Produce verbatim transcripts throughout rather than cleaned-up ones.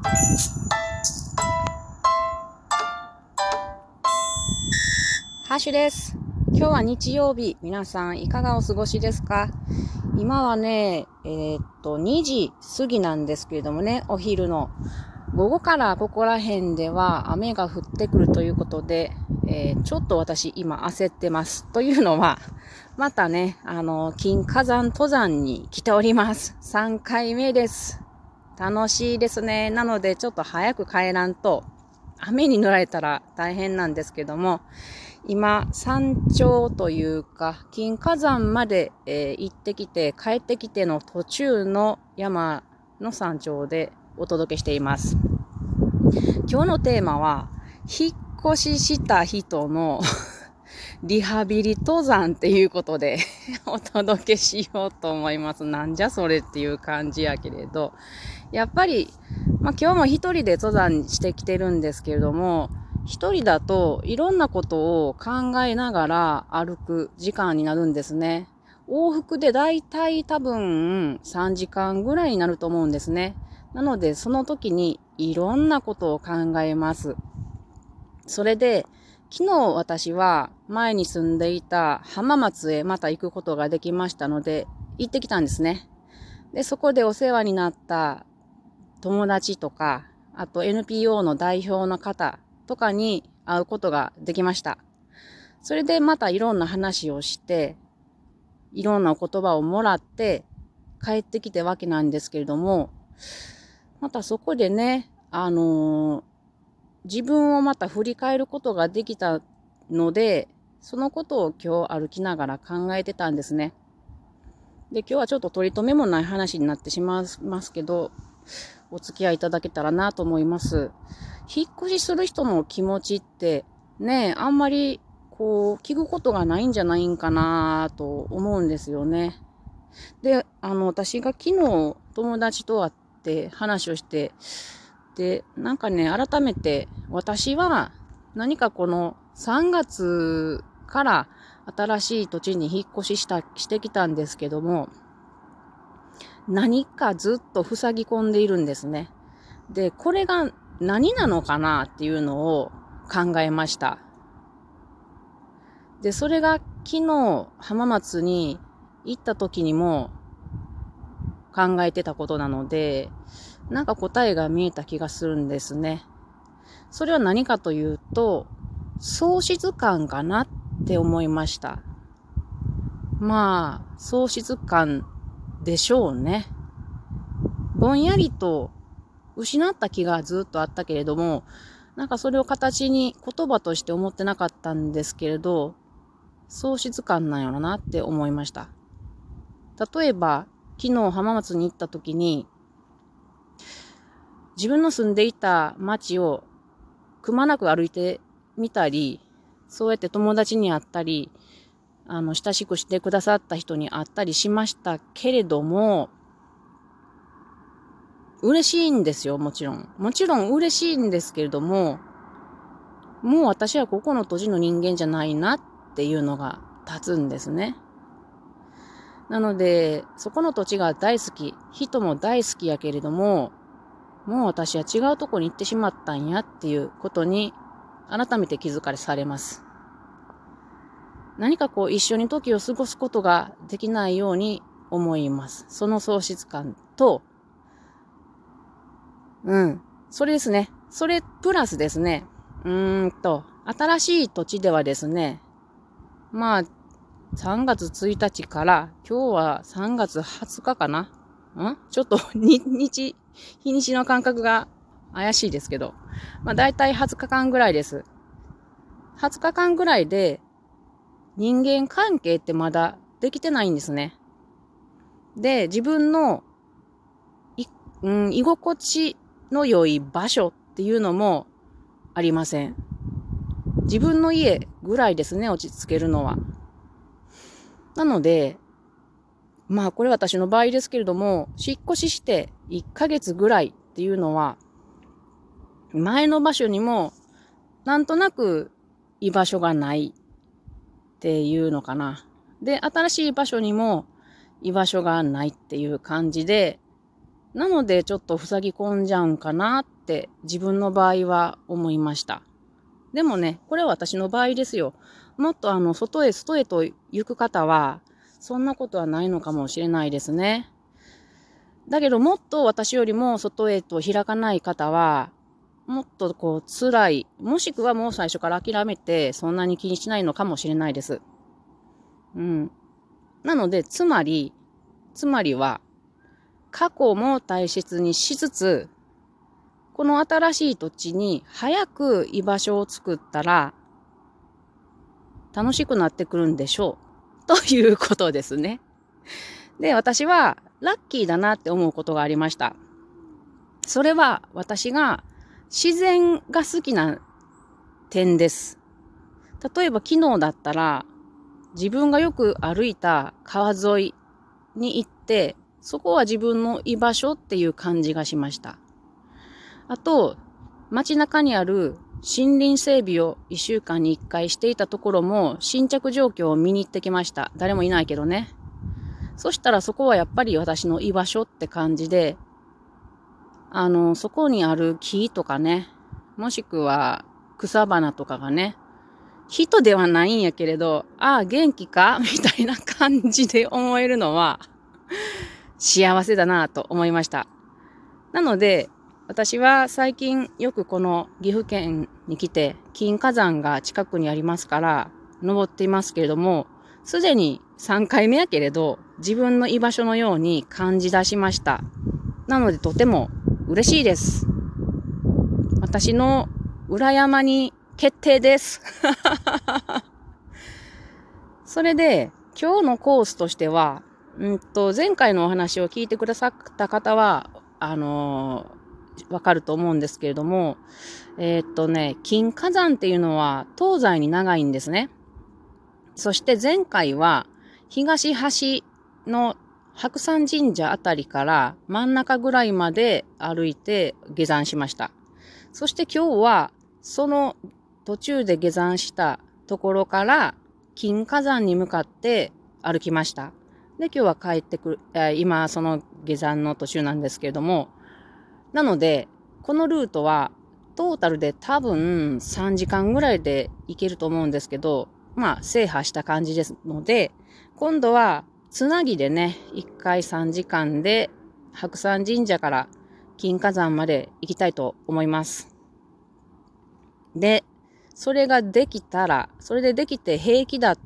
ハッシュです。今日は日曜日。皆さんいかがお過ごしですか？今はね、えー、っと、にじ過ぎなんですけれどもね、お昼の。午後からここら辺では雨が降ってくるということで、えー、ちょっと私今焦ってます。というのは、またね、あの、金華山登山に来ております。さんかいめです。楽しいですね。なのでちょっと早く帰らんと、雨に濡られたら大変なんですけども、今、山頂というか、金華山まで、えー、行ってきて、帰ってきての途中の山の山頂でお届けしています。今日のテーマは、引っ越しした人のリハビリ登山っていうことでお届けしようと思います。なんじゃそれっていう感じやけれど、やっぱり、まあ、今日も一人で登山してきてるんですけれども、一人だといろんなことを考えながら歩く時間になるんですね。往復でだいたい多分さんじかんぐらいになると思うんですね。なのでその時にいろんなことを考えます。それで昨日私は前に住んでいた浜松へまた行くことができましたので行ってきたんですね。で、そこでお世話になった友達とか、あと エヌピーオー の代表の方とかに会うことができました。それでまたいろんな話をして、いろんな言葉をもらって帰ってきたわけなんですけれども、またそこでね、あのー、自分をまた振り返ることができたので、そのことを今日歩きながら考えてたんですね。で、今日はちょっと取り留めもない話になってしまいますけど、お付き合いいただけたらなと思います。引っ越しする人の気持ちってね、あんまりこう聞くことがないんじゃないんかなと思うんですよね。で、あの私が昨日友達と会って話をして、で、なんかね、改めて私は何かこのさんがつから新しい土地に引っ越ししたしてきたんですけども、何かずっと塞ぎ込んでいるんですね。で、これが何なのかなっていうのを考えました。で、それが昨日浜松に行った時にも考えてたことなので、なんか答えが見えた気がするんですね。それは何かというと、喪失感かなって思いました。まあ、喪失感でしょうね。ぼんやりと失った気がずっとあったけれども、なんかそれを形に言葉として思ってなかったんですけれど、喪失感なんやろなって思いました。例えば、昨日浜松に行った時に、自分の住んでいた街をくまなく歩いてみたり、そうやって友達に会ったり、あの、親しくしてくださった人に会ったりしましたけれども、嬉しいんですよ、もちろん。もちろん嬉しいんですけれども、もう私はここの土地の人間じゃないなっていうのが立つんですね。なので、そこの土地が大好き、人も大好きやけれども、もう私は違うとこに行ってしまったんやっていうことに改めて気づかれされます。何かこう一緒に時を過ごすことができないように思います。その喪失感と、うん、それですね。それプラスですね。うーんと、新しい土地ではですね、まあ、さんがつついたちから、今日はさんがつはつかかな？んちょっと、日、日、日にちの感覚が怪しいですけど、まあだいたいはつかかんぐらいです。はつかかんぐらいで、人間関係ってまだできてないんですね。で、自分の、い、うん、居心地の良い場所っていうのもありません。自分の家ぐらいですね、落ち着けるのは。なので、まあこれ私の場合ですけれども、引っ越ししていっかげつぐらいっていうのは、前の場所にもなんとなく居場所がないっていうのかな。で、新しい場所にも居場所がないっていう感じで、 なのでちょっと塞ぎ込んじゃうんかなって自分の場合は思いました。でもね、これは私の場合ですよ。もっとあの、外へ外へと行く方は、そんなことはないのかもしれないですね。だけどもっと私よりも外へと開かない方は、もっとこう辛い、もしくはもう最初から諦めてそんなに気にしないのかもしれないです。うん。なので、つまり、つまりは、過去も大切にしつつ、この新しい土地に早く居場所を作ったら、楽しくなってくるんでしょう。ということですね。で、私はラッキーだなって思うことがありました。それは私が自然が好きな点です。例えば昨日だったら自分がよく歩いた川沿いに行って、そこは自分の居場所っていう感じがしました。あと、街中にある森林整備をいっしゅうかんにいっかいしていたところも新着状況を見に行ってきました。誰もいないけどね。そしたらそこはやっぱり私の居場所って感じで、あの、そこにある木とかね、もしくは草花とかがね、人ではないんやけれど、ああ、元気かみたいな感じで思えるのは幸せだなと思いました。なので、私は最近よくこの岐阜県に来て、金華山が近くにありますから、登っていますけれども、すでにさんかいめやけれど、自分の居場所のように感じ出しました。なのでとても嬉しいです。私の裏山に決定です。それで、今日のコースとしては、うんと、前回のお話を聞いてくださった方は、あのー、わかると思うんですけれども、えー、っとね、金華山っていうのは東西に長いんですね。そして前回は東端の白山神社あたりから真ん中ぐらいまで歩いて下山しました。そして今日はその途中で下山したところから金華山に向かって歩きました。で、今日は帰ってくる、えー、今その下山の途中なんですけれども、なので、このルートはトータルで多分さんじかんぐらいで行けると思うんですけど、まあ制覇した感じですので、今度はつなぎでね、いっかいさんじかんで白山神社から金華山まで行きたいと思います。で、それができたら、それでできて平気だって、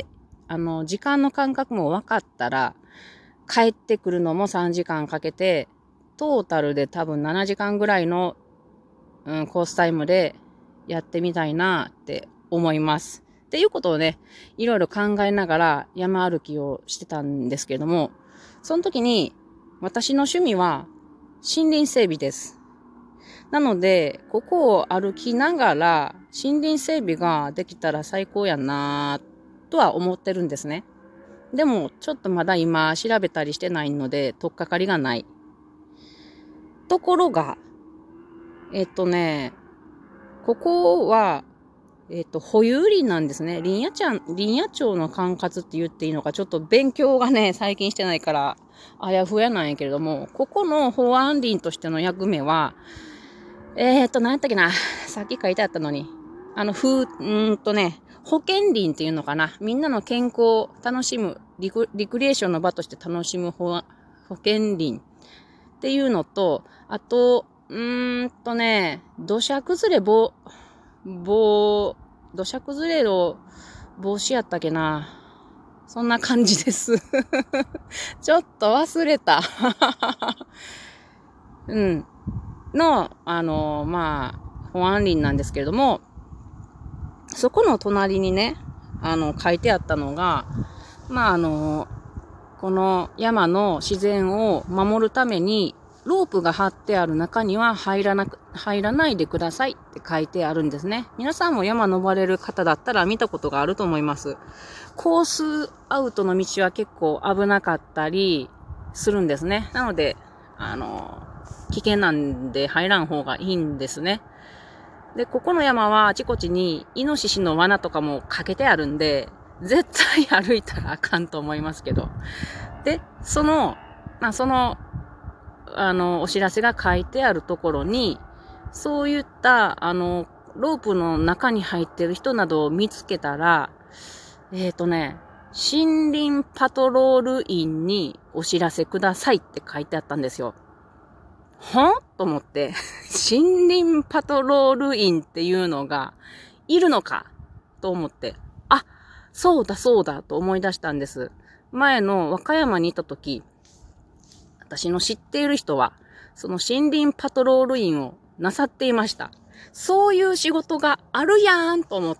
あの、時間の感覚も分かったら、帰ってくるのもさんじかんかけて、トータルで多分ななじかんぐらいの、うん、コースタイムでやってみたいなって思います。っていうことをね、いろいろ考えながら山歩きをしてたんですけれども、その時に私の趣味は森林整備です。なので、ここを歩きながら森林整備ができたら最高やなとは思ってるんですね。でも、ちょっとまだ今調べたりしてないので、取っかかりがない。ところが、えっとね、ここは、えっと、保有林なんですね。林野ちゃん、林野庁の管轄って言っていいのか、ちょっと勉強がね、最近してないから、あやふやなんやけれども、ここの保安林としての役目は、えー、っと、何やったっけな。さっき書いてあったのに。あの、ふう、うーんとね、保健林っていうのかな。みんなの健康を楽しむ、リク、リクリエーションの場として楽しむ保、保健林っていうのと、あと、うーんとね、土砂崩れ防、防、土砂崩れの防止やったっけな。そんな感じです。ちょっと忘れた。うん。の、あの、まあ、保安林なんですけれども、そこの隣にね、あの、書いてあったのが、まあ、あの、この山の自然を守るために、ロープが張ってある中には入らなく、入らないでくださいって書いてあるんですね。皆さんも山登れる方だったら見たことがあると思います。コースアウトの道は結構危なかったりするんですね。なので、あの、危険なんで入らん方がいいんですね。で、ここの山はあちこちにイノシシの罠とかもかけてあるんで、絶対歩いたらあかんと思いますけど。で、その、まあ、その、 あの、お知らせが書いてあるところに、そういった、あの、ロープの中に入ってる人などを見つけたら、えっとね、森林パトロール員にお知らせくださいって書いてあったんですよ。はぁと思って、森林パトロール員っていうのがいるのかと思って、あ、そうだそうだと思い出したんです。前の和歌山にいた時、私の知っている人は、その森林パトロール員をなさっていました。そういう仕事があるやんと思って、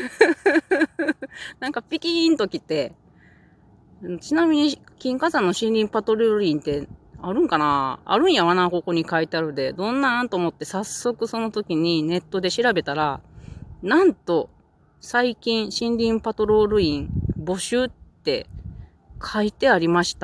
なんかピキーンと来て、ちなみに金華山の森林パトロール員ってあるんかなあるんやわな、ここに書いてあるで。どんなんと思って早速その時にネットで調べたら、なんと最近森林パトロール員募集って書いてありました。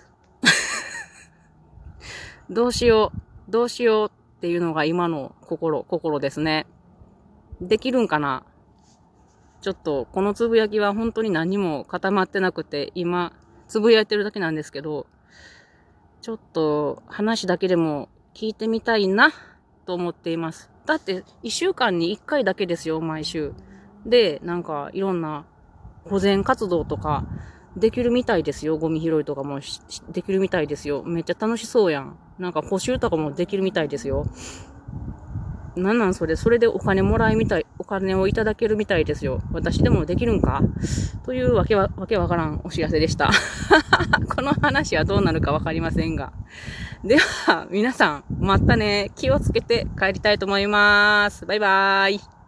どうしよう、どうしようっていうのが今の心、心ですね。できるんかな？ちょっと、このつぶやきは本当に何も固まってなくて、今、つぶやいてるだけなんですけど、ちょっと話だけでも聞いてみたいな、と思っています。だって、一週間に一回だけですよ、毎週。で、なんか、いろんな保全活動とか、できるみたいですよ。ゴミ拾いとかもできるみたいですよ。めっちゃ楽しそうやん。なんか補修とかもできるみたいですよ。なんなんそれ、それでお金もらいみたい、お金をいただけるみたいですよ。私でもできるんかというわけは、わけわからんお知らせでした。この話はどうなるかわかりませんが。では、皆さん、またね、気をつけて帰りたいと思います。バイバーイ。